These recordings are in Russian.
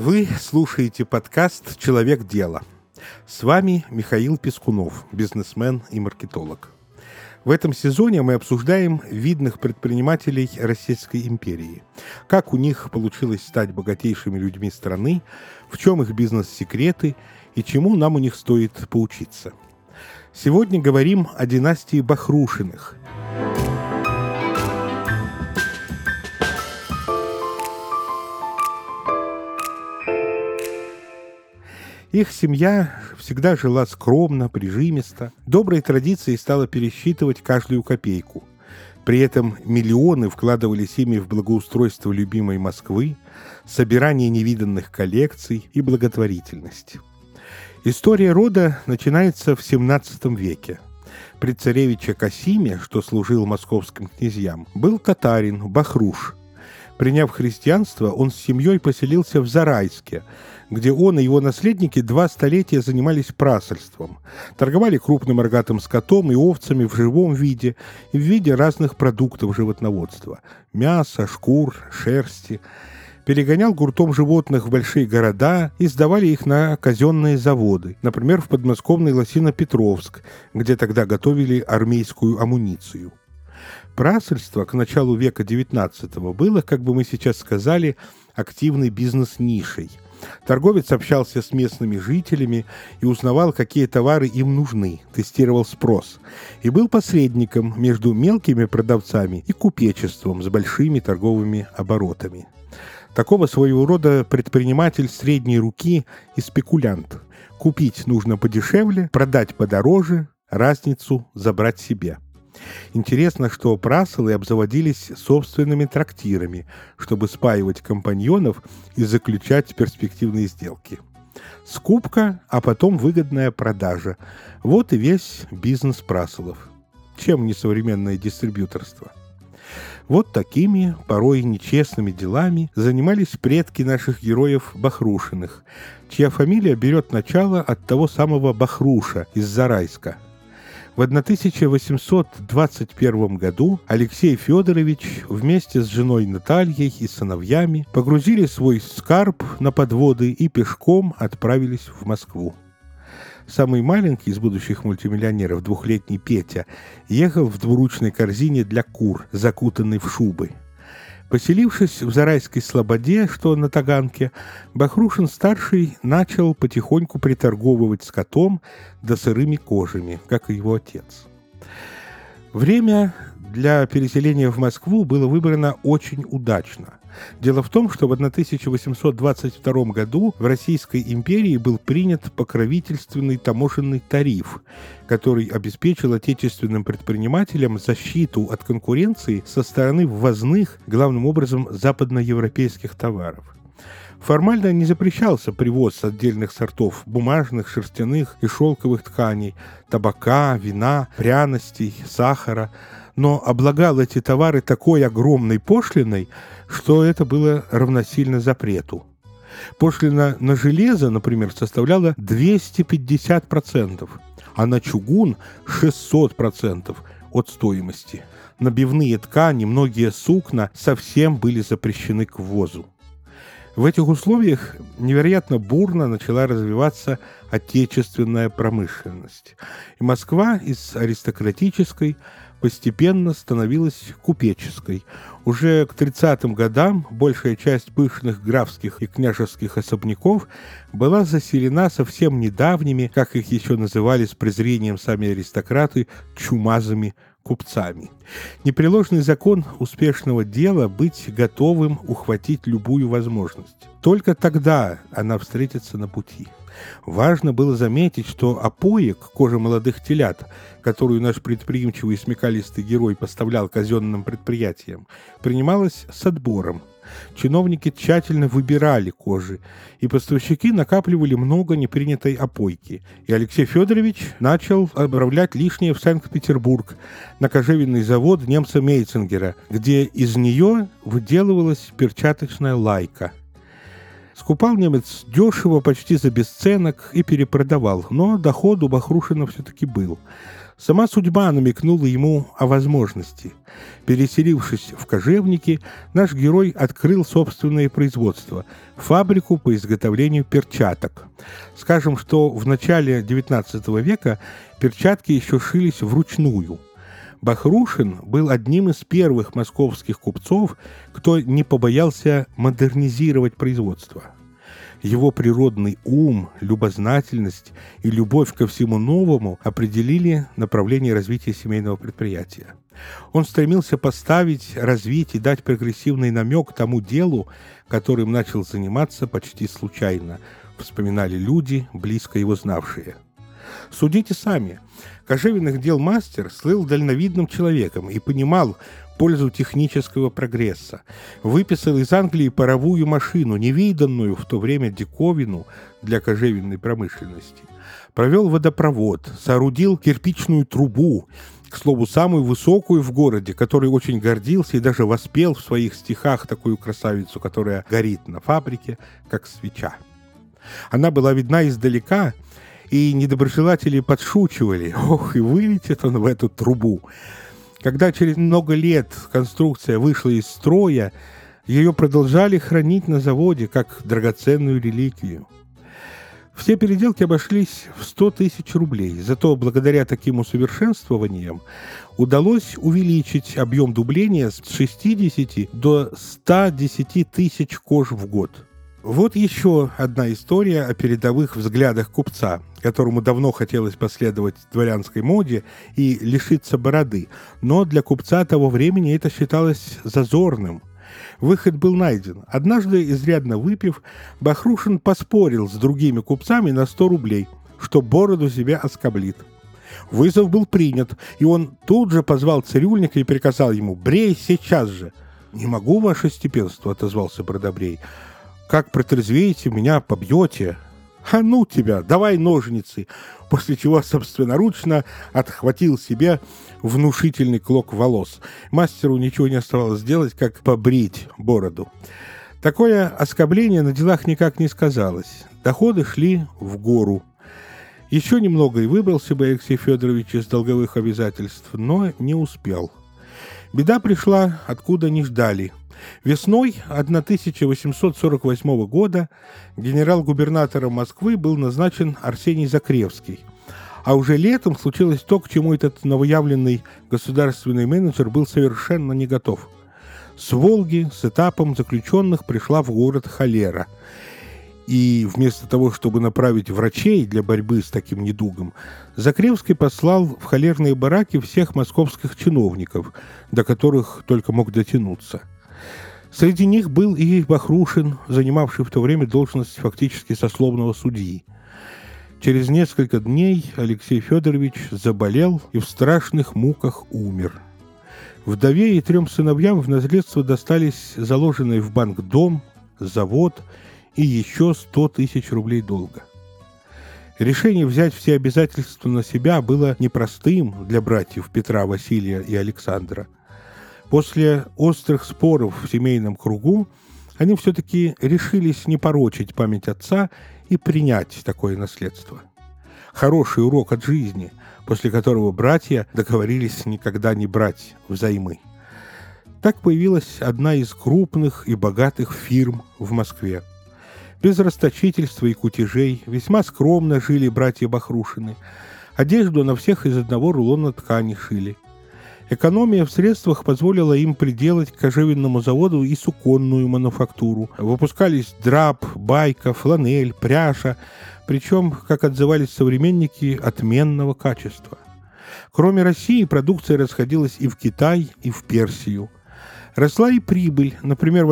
Вы слушаете подкаст «Человек дела». С вами Михаил Пискунов, бизнесмен и маркетолог. В этом сезоне мы обсуждаем видных предпринимателей Российской империи. Как у них получилось стать богатейшими людьми страны, в чем их бизнес-секреты и чему нам у них стоит поучиться. Сегодня говорим о династии Бахрушиных. Их семья всегда жила скромно, прижимисто. Доброй традицией стало пересчитывать каждую копейку. При этом миллионы вкладывали семьи в благоустройство любимой Москвы, собирание невиданных коллекций и благотворительность. История рода начинается в XVII веке. При царевиче Касиме, что служил московским князьям, был татарин Бахруш. Приняв христианство, он с семьей поселился в Зарайске, где он и его наследники 2 столетия занимались прасольством, торговали крупным рогатым скотом и овцами в живом виде и в виде разных продуктов животноводства – мяса, шкур, шерсти. Перегонял гуртом животных в большие города и сдавали их на казенные заводы, например, в подмосковный Лосино-Петровск, где тогда готовили армейскую амуницию. Прасольство к началу века XIX было, как бы мы сейчас сказали, активной бизнес-нишей. Торговец общался с местными жителями и узнавал, какие товары им нужны, тестировал спрос, и был посредником между мелкими продавцами и купечеством с большими торговыми оборотами. Такого своего рода предприниматель средней руки и спекулянт. Купить нужно подешевле, продать подороже, разницу забрать себе. Интересно, что прасолы обзаводились собственными трактирами, чтобы спаивать компаньонов и заключать перспективные сделки. Скупка, а потом выгодная продажа. Вот и весь бизнес прасолов. Чем не современное дистрибьюторство? Вот такими, порой нечестными делами занимались предки наших героев Бахрушиных, чья фамилия берет начало от того самого Бахруша из Зарайска. В 1821 году Алексей Федорович вместе с женой Натальей и сыновьями погрузили свой скарб на подводы и пешком отправились в Москву. Самый маленький из будущих мультимиллионеров, 2-летний Петя, ехал в двуручной корзине для кур, закутанной в шубы. Поселившись в Зарайской слободе, что на Таганке, Бахрушин-старший начал потихоньку приторговывать скотом да сырыми кожами, как и его отец. Время для переселения в Москву было выбрано очень удачно. Дело в том, что в 1822 году в Российской империи был принят покровительственный таможенный тариф, который обеспечил отечественным предпринимателям защиту от конкуренции со стороны ввозных, главным образом, западноевропейских товаров. Формально не запрещался привоз отдельных сортов бумажных, шерстяных и шелковых тканей, табака, вина, пряностей, сахара, но облагал эти товары такой огромной пошлиной, что это было равносильно запрету. Пошлина на железо, например, составляла 250%, а на чугун 600% от стоимости. Набивные ткани, многие сукна совсем были запрещены к ввозу. В этих условиях невероятно бурно начала развиваться отечественная промышленность. И Москва из аристократической постепенно становилась купеческой. Уже к 30-м годам большая часть пышных графских и княжеских особняков была заселена совсем недавними, как их еще называли с презрением сами аристократы, чумазыми купцами. Непреложный закон успешного дела — быть готовым ухватить любую возможность. Только тогда она встретится на пути. Важно было заметить, что опоек, кожа молодых телят, которую наш предприимчивый и смекалистый герой поставлял казенным предприятиям, принималась с отбором. Чиновники тщательно выбирали кожи, и поставщики накапливали много непринятой опойки. И Алексей Федорович начал отправлять лишнее в Санкт-Петербург, на кожевенный завод немца Мейцингера, где из нее выделывалась перчаточная лайка. Скупал немец дешево, почти за бесценок, и перепродавал, но доход у Бахрушина все-таки был. Сама судьба намекнула ему о возможности. Переселившись в Кожевники, наш герой открыл собственное производство – фабрику по изготовлению перчаток. Скажем, что в начале XIX века перчатки еще шились вручную. Бахрушин был одним из первых московских купцов, кто не побоялся модернизировать производство. Его природный ум, любознательность и любовь ко всему новому определили направление развития семейного предприятия. Он стремился поставить, развить и дать прогрессивный намек тому делу, которым начал заниматься почти случайно, вспоминали люди, близко его знавшие. Судите сами. Кожевенных дел мастер слыл дальновидным человеком и понимал пользу технического прогресса. Выписал из Англии паровую машину, невиданную в то время диковину для кожевенной промышленности. Провел водопровод, соорудил кирпичную трубу, к слову, самую высокую в городе, которой очень гордился и даже воспел в своих стихах такую красавицу, которая горит на фабрике, как свеча. Она была видна издалека, и недоброжелатели подшучивали: «Ох, и вылетит он в эту трубу». Когда через много лет конструкция вышла из строя, ее продолжали хранить на заводе как драгоценную реликвию. Все переделки обошлись в 100 тысяч рублей, зато благодаря таким усовершенствованиям удалось увеличить объем дубления с 60 до 110 тысяч кож в год. Вот еще одна история о передовых взглядах купца, которому давно хотелось последовать дворянской моде и лишиться бороды, но для купца того времени это считалось зазорным. Выход был найден. Однажды, изрядно выпив, Бахрушин поспорил с другими купцами на 100 рублей, что бороду себя оскоблит. Вызов был принят, и он тут же позвал цирюльника и приказал ему: «Брей сейчас же!» «Не могу, ваше степенство», — отозвался Бродобрей. «Как протрезвеете, меня побьете». «А ну тебя, давай ножницы», после чего собственноручно отхватил себе внушительный клок волос. Мастеру ничего не оставалось сделать, как побрить бороду. Такое оскобление на делах никак не сказалось. Доходы шли в гору. Еще немного и выбрался бы Алексей Федорович из долговых обязательств, но не успел. Беда пришла, откуда не ждали. Весной 1848 года генерал-губернатором Москвы был назначен Арсений Закревский. А уже летом случилось то, к чему этот новоявленный государственный менеджер был совершенно не готов. С Волги с этапом заключенных пришла в город холера. И вместо того, чтобы направить врачей для борьбы с таким недугом, Закревский послал в холерные бараки всех московских чиновников, до которых только мог дотянуться. Среди них был и Бахрушин, занимавший в то время должность фактически сословного судьи. Через несколько дней Алексей Федорович заболел и в страшных муках умер. Вдове и 3 сыновьям в наследство достались заложенный в банк дом, завод и еще 100 тысяч рублей долга. Решение взять все обязательства на себя было непростым для братьев Петра, Василия и Александра. После острых споров в семейном кругу они все-таки решились не порочить память отца и принять такое наследство. Хороший урок от жизни, после которого братья договорились никогда не брать взаймы. Так появилась одна из крупных и богатых фирм в Москве. Без расточительства и кутежей, весьма скромно жили братья Бахрушины. Одежду на всех из одного рулона ткани шили. Экономия в средствах позволила им приделать к кожевенному заводу и суконную мануфактуру. Выпускались драп, байка, фланель, пряжа, причем, как отзывались современники, отменного качества. Кроме России, продукция расходилась и в Китай, и в Персию. Росла и прибыль. Например, в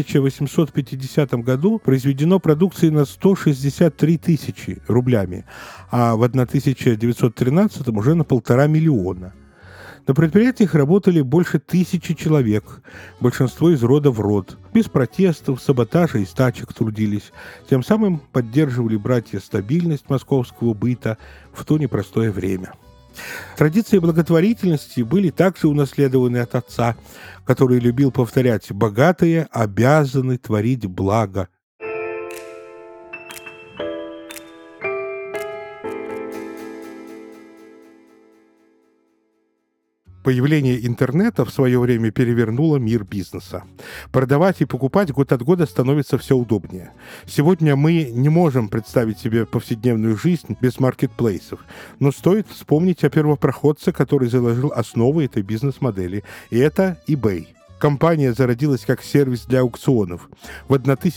1850 году произведено продукции на 163 тысячи рублями, а в 1913 уже на 1,5 миллиона. На предприятиях работали больше 1000 человек, большинство из рода в род. Без протестов, саботажа и стачек трудились. Тем самым поддерживали братья стабильность московского быта в то непростое время. Традиции благотворительности были также унаследованы от отца, который любил повторять: «Богатые обязаны творить благо». Появление интернета в свое время перевернуло мир бизнеса. Продавать и покупать год от года становится все удобнее. Сегодня мы не можем представить себе повседневную жизнь без маркетплейсов, но стоит вспомнить о первопроходце, который заложил основы этой бизнес-модели, и это eBay. Компания зародилась как сервис для аукционов. В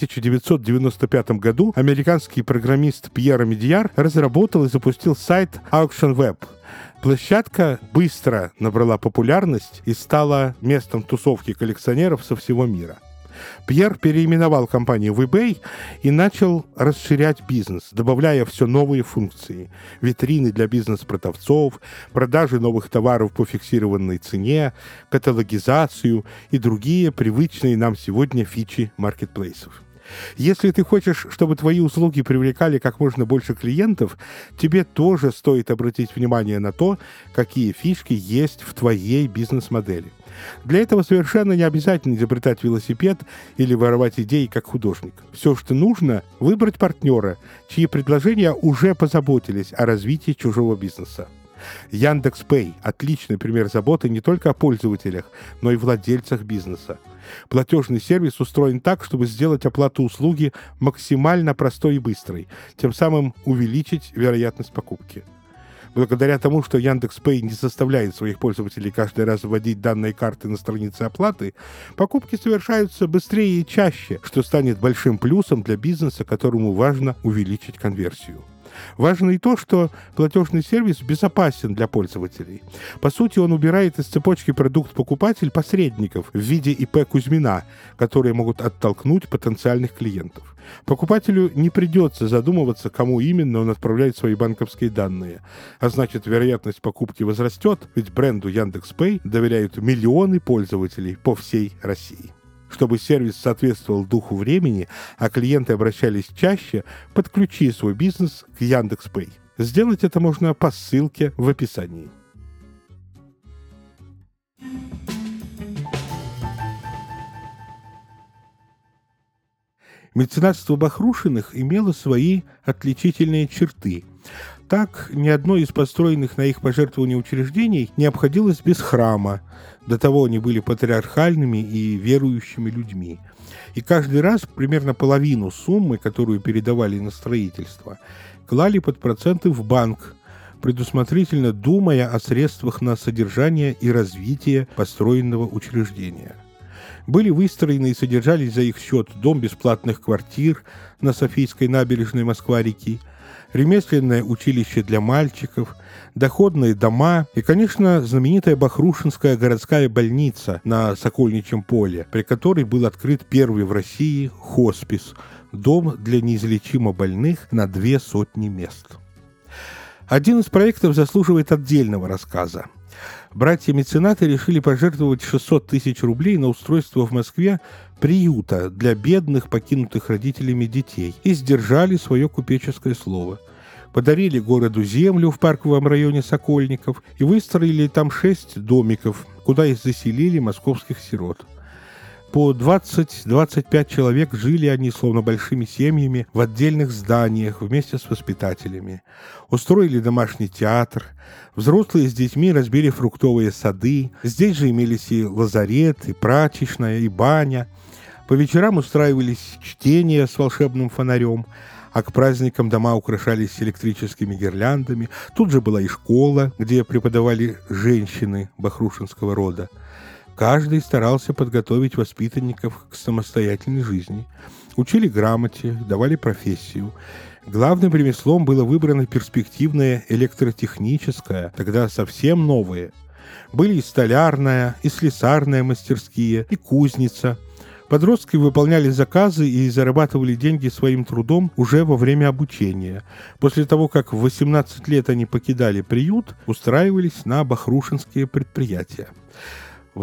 1995 году американский программист Пьер Амедияр разработал и запустил сайт AuctionWeb. Площадка быстро набрала популярность и стала местом тусовки коллекционеров со всего мира. Пьер переименовал компанию в eBay и начал расширять бизнес, добавляя все новые функции. Витрины для бизнес-продавцов, продажи новых товаров по фиксированной цене, каталогизацию и другие привычные нам сегодня фичи маркетплейсов. Если ты хочешь, чтобы твои услуги привлекали как можно больше клиентов, тебе тоже стоит обратить внимание на то, какие фишки есть в твоей бизнес-модели. Для этого совершенно не обязательно изобретать велосипед или воровать идеи как художник. Все, что нужно, выбрать партнера, чьи предложения уже позаботились о развитии чужого бизнеса. Яндекс.Пэй – отличный пример заботы не только о пользователях, но и владельцах бизнеса. Платежный сервис устроен так, чтобы сделать оплату услуги максимально простой и быстрой, тем самым увеличить вероятность покупки. Благодаря тому, что Яндекс.Пэй не заставляет своих пользователей каждый раз вводить данные карты на странице оплаты, покупки совершаются быстрее и чаще, что станет большим плюсом для бизнеса, которому важно увеличить конверсию. Важно и то, что платежный сервис безопасен для пользователей. По сути, он убирает из цепочки продукт-покупатель посредников в виде ИП Кузьмина, которые могут оттолкнуть потенциальных клиентов. Покупателю не придется задумываться, кому именно он отправляет свои банковские данные. А значит, вероятность покупки возрастет, ведь бренду Яндекс.Пэй доверяют миллионы пользователей по всей России. Чтобы сервис соответствовал духу времени, а клиенты обращались чаще, подключи свой бизнес к Яндекс.Пэй. Сделать это можно по ссылке в описании. Меценатство Бахрушиных имело свои отличительные черты. Так, ни одно из построенных на их пожертвования учреждений не обходилось без храма. До того они были патриархальными и верующими людьми. И каждый раз примерно половину суммы, которую передавали на строительство, клали под проценты в банк, предусмотрительно думая о средствах на содержание и развитие построенного учреждения. Были выстроены и содержались за их счет дом бесплатных квартир на Софийской набережной Москва-реки, ремесленное училище для мальчиков, доходные дома и, конечно, знаменитая Бахрушинская городская больница на Сокольничьем поле, при которой был открыт первый в России хоспис – дом для неизлечимо больных на 200 мест. Один из проектов заслуживает отдельного рассказа. Братья-меценаты решили пожертвовать 600 тысяч рублей на устройство в Москве приюта для бедных, покинутых родителями детей и сдержали свое купеческое слово. Подарили городу землю в парковом районе Сокольников и выстроили там 6 домиков, куда и заселили московских сирот. По 20-25 человек жили они, словно большими семьями, в отдельных зданиях вместе с воспитателями. Устроили домашний театр. Взрослые с детьми разбили фруктовые сады. Здесь же имелись и лазарет, и прачечная, и баня. По вечерам устраивались чтения с волшебным фонарем, а к праздникам дома украшались электрическими гирляндами. Тут же была и школа, где преподавали женщины бахрушинского рода. Каждый старался подготовить воспитанников к самостоятельной жизни. Учили грамоте, давали профессию. Главным ремеслом было выбрано перспективное электротехническое, тогда совсем новое. Были и столярная, и слесарная мастерские, и кузница. Подростки выполняли заказы и зарабатывали деньги своим трудом уже во время обучения. После того, как в 18 лет они покидали приют, устраивались на бахрушинские предприятия. В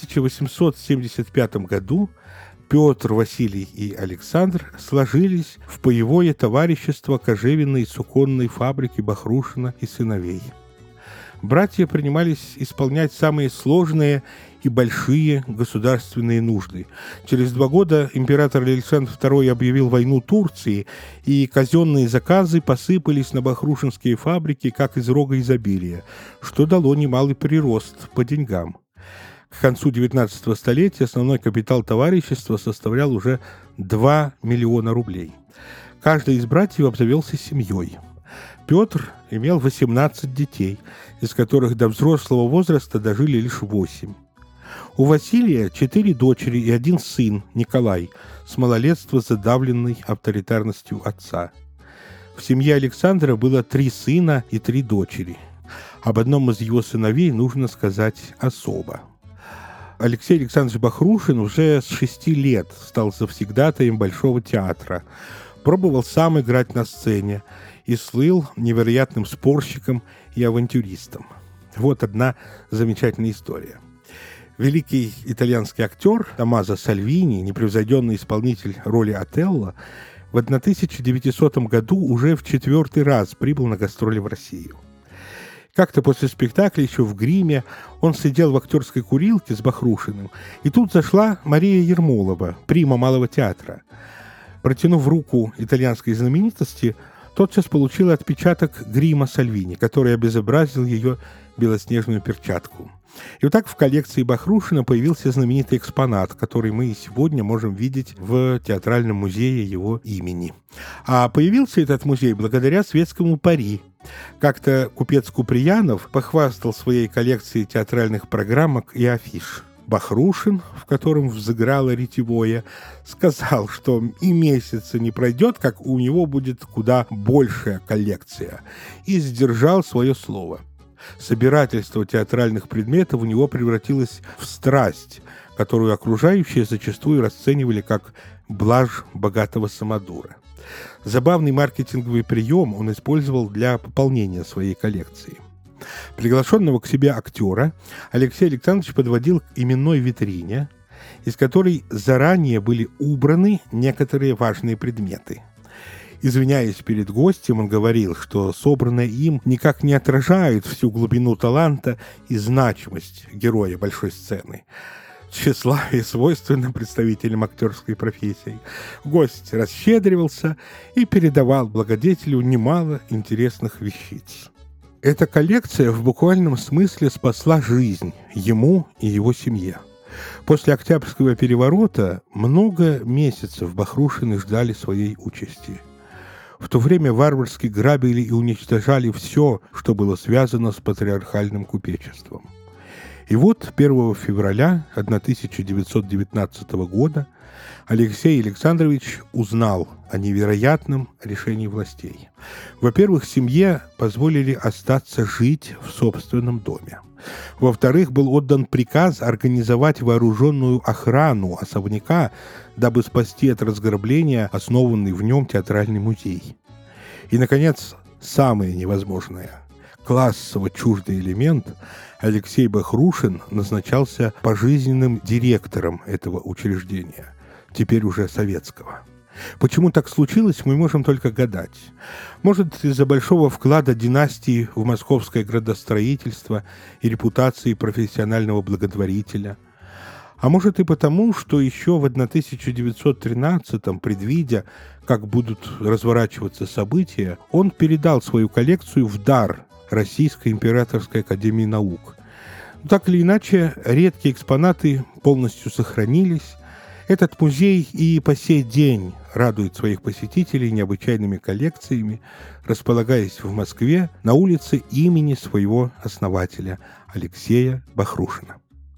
1875 году Петр, Василий и Александр сложились в паевое товарищество кожевенной и суконной фабрики Бахрушина и сыновей. братья принимались исполнять самые сложные и большие государственные нужды. Через 2 года император Александр II объявил войну Турции, и казенные заказы посыпались на бахрушинские фабрики, как из рога изобилия, что дало немалый прирост по деньгам. К концу XIX столетия основной капитал товарищества составлял уже 2 миллиона рублей. Каждый из братьев обзавелся семьей. Петр имел 18 детей, из которых до взрослого возраста дожили лишь 8. У Василия 4 дочери и 1 сын, Николай, с малолетства задавленный авторитарностью отца. В семье Александра было 3 сына и 3 дочери. Об одном из его сыновей нужно сказать особо. Алексей Александрович Бахрушин уже с 6 лет стал завсегдатаем Большого театра, пробовал сам играть на сцене и слыл невероятным спорщиком и авантюристом. Вот одна замечательная история. Великий итальянский актер Томмазо Сальвини, непревзойденный исполнитель роли Отелло, в 1900 году уже в 4-й раз прибыл на гастроли в Россию. Как-то после спектакля еще в гриме он сидел в актерской курилке с Бахрушиным, и тут зашла Мария Ермолова, прима Малого театра. Протянув руку итальянской знаменитости, тотчас получила отпечаток грима Сальвини, который обезобразил ее белоснежную перчатку. И вот так в коллекции Бахрушина появился знаменитый экспонат, который мы сегодня можем видеть в Театральном музее его имени. А появился этот музей благодаря светскому пари. Как-то купец Куприянов похвастал своей коллекцией театральных программок и афиш. Бахрушин, в котором взыграло ретевое, сказал, что и месяца не пройдет, как у него будет куда большая коллекция, и сдержал свое слово. Собирательство театральных предметов у него превратилось в страсть, которую окружающие зачастую расценивали как блажь богатого самодура. Забавный маркетинговый прием он использовал для пополнения своей коллекции. Приглашенного к себе актера Алексей Александрович подводил к именной витрине, из которой заранее были убраны некоторые важные предметы. Извиняясь перед гостем, он говорил, что собранное им никак не отражает всю глубину таланта и значимость героя большой сцены. Тщеславие свойственно представителям актерской профессии. Гость расщедривался и передавал благодетелю немало интересных вещиц. Эта коллекция в буквальном смысле спасла жизнь ему и его семье. После Октябрьского переворота много месяцев Бахрушины ждали своей участи. В то время варварски грабили и уничтожали все, что было связано с патриархальным купечеством. И вот 1 февраля 1919 года Алексей Александрович узнал о невероятном решении властей. Во-первых, семье позволили остаться жить в собственном доме. Во-вторых, был отдан приказ организовать вооруженную охрану особняка, дабы спасти от разграбления основанный в нем театральный музей. И, наконец, самое невозможное. Классово чуждый элемент, Алексей Бахрушин назначался пожизненным директором этого учреждения, теперь уже советского. Почему так случилось, мы можем только гадать. Может, из-за большого вклада династии в московское градостроительство и репутации профессионального благотворителя. А может и потому, что еще в 1913-м, предвидя, как будут разворачиваться события, он передал свою коллекцию в дар Российской императорской академии наук. Так или иначе, редкие экспонаты полностью сохранились. Этот музей и по сей день радует своих посетителей необычайными коллекциями, располагаясь в Москве на улице имени своего основателя Алексея Бахрушина.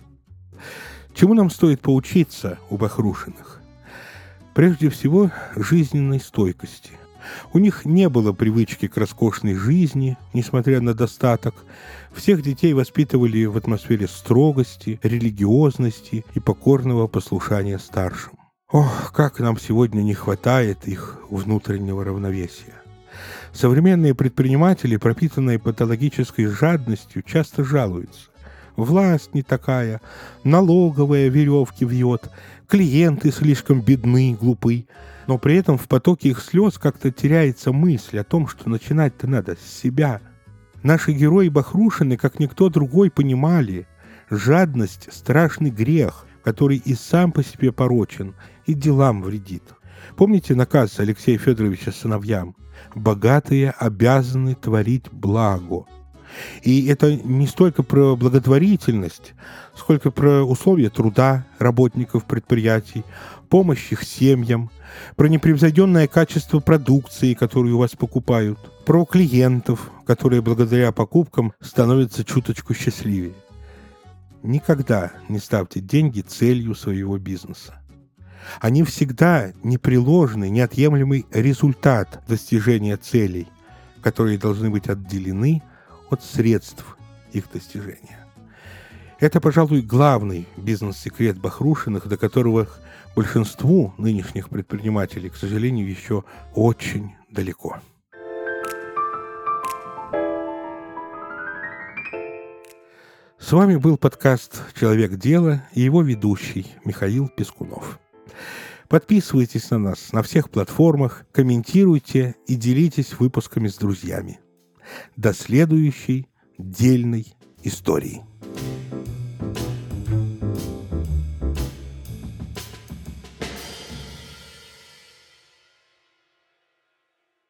Чему нам стоит поучиться у Бахрушиных? Прежде всего, жизненной стойкости. У них не было привычки к роскошной жизни, несмотря на достаток. Всех детей воспитывали в атмосфере строгости, религиозности и покорного послушания старшим. Ох, как нам сегодня не хватает их внутреннего равновесия. Современные предприниматели, пропитанные патологической жадностью, часто жалуются. Власть не такая, налоговая веревки вьет, клиенты слишком бедны и глупы. Но при этом в потоке их слез как-то теряется мысль о том, что начинать-то надо с себя. Наши герои Бахрушины, как никто другой, понимали, жадность – страшный грех, который и сам по себе порочен, и делам вредит. Помните наказ Алексея Федоровича сыновьям? «Богатые обязаны творить благо». И это не столько про благотворительность, сколько про условия труда работников предприятий, помощь их семьям, про непревзойденное качество продукции, которую у вас покупают, про клиентов, которые благодаря покупкам становятся чуточку счастливее. Никогда не ставьте деньги целью своего бизнеса. Они всегда непреложный, неотъемлемый результат достижения целей, которые должны быть отделены от средств их достижения. Это, пожалуй, главный бизнес-секрет Бахрушиных, до которого большинству нынешних предпринимателей, к сожалению, еще очень далеко. С вами был подкаст «Человек дела» и его ведущий Михаил Пискунов. Подписывайтесь на нас на всех платформах, комментируйте и делитесь выпусками с друзьями. До следующей дельной истории.